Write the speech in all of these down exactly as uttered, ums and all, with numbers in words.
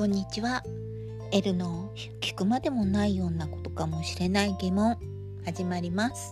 こんにちは。エルの聞くまでもないようなことかもしれない疑問始まります。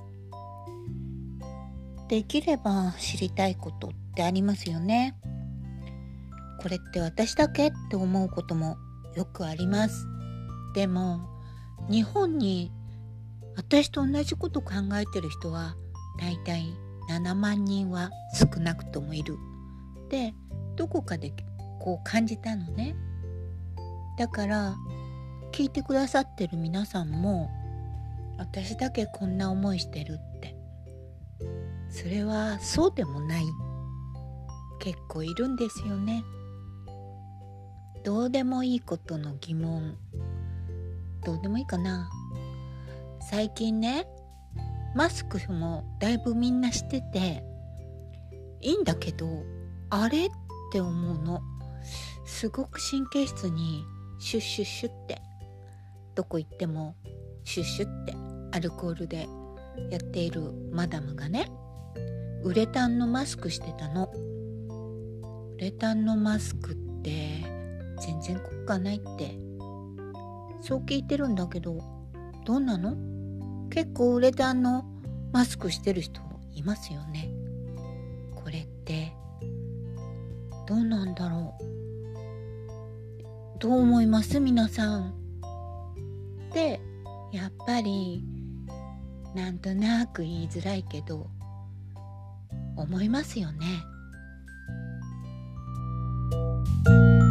できれば知りたいことってありますよね。これって私だけって思うこともよくあります。でも日本に私と同じこと考えてる人はだいたいななまんにんは少なくともいる。で、どこかでこう感じたのね。だから聞いてくださってる皆さんも私だけこんな思いしてるって、それはそうでもない、結構いるんですよね。どうでもいいことの疑問、どうでもいいかな。最近ね、マスクもだいぶみんなしてていいんだけど、あれって思うの。すごく神経質にシュッシュッシュッってどこ行ってもシュッシュッってアルコールでやっているマダムがね、ウレタンのマスクしてたの。ウレタンのマスクって全然効果ないってそう聞いてるんだけど、どうなの？結構ウレタンのマスクしてる人いますよね。これってどうなんだろう。どう思います皆さん。で、やっぱりなんとなく言いづらいけど思いますよね。